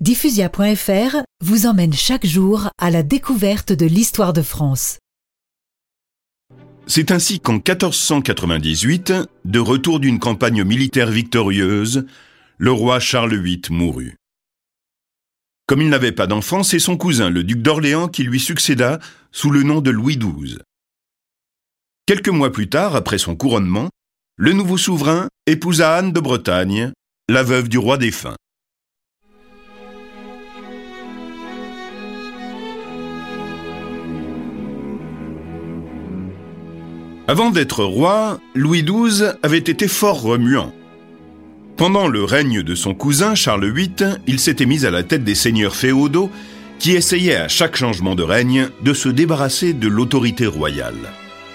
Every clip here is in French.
Diffusia.fr vous emmène chaque jour à la découverte de l'histoire de France. C'est ainsi qu'en 1498, de retour d'une campagne militaire victorieuse, le roi Charles VIII mourut. Comme il n'avait pas d'enfant, c'est son cousin, le duc d'Orléans, qui lui succéda sous le nom de Louis XII. Quelques mois plus tard, après son couronnement, le nouveau souverain épousa Anne de Bretagne, la veuve du roi défunt. Avant d'être roi, Louis XII avait été fort remuant. Pendant le règne de son cousin Charles VIII, il s'était mis à la tête des seigneurs féodaux qui essayaient à chaque changement de règne de se débarrasser de l'autorité royale.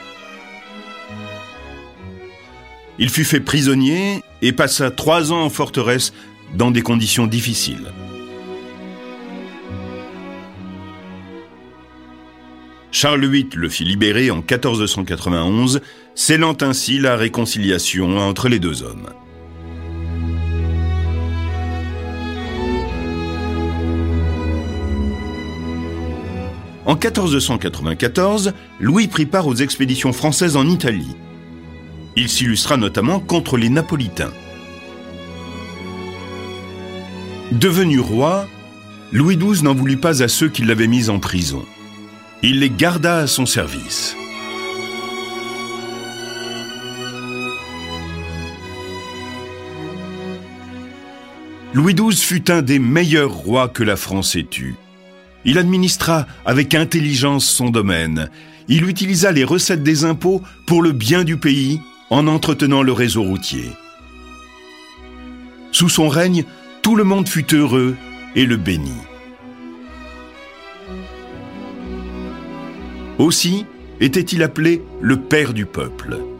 Il fut fait prisonnier et passa 3 ans en forteresse dans des conditions difficiles. Charles VIII le fit libérer en 1491, scellant ainsi la réconciliation entre les deux hommes. En 1494, Louis prit part aux expéditions françaises en Italie. Il s'illustra notamment contre les Napolitains. Devenu roi, Louis XII n'en voulut pas à ceux qui l'avaient mis en prison. Il les garda à son service. Louis XII fut un des meilleurs rois que la France ait eu. Il administra avec intelligence son domaine. Il utilisa les recettes des impôts pour le bien du pays en entretenant le réseau routier. Sous son règne, tout le monde fut heureux et le bénit. Aussi était-il appelé le père du peuple.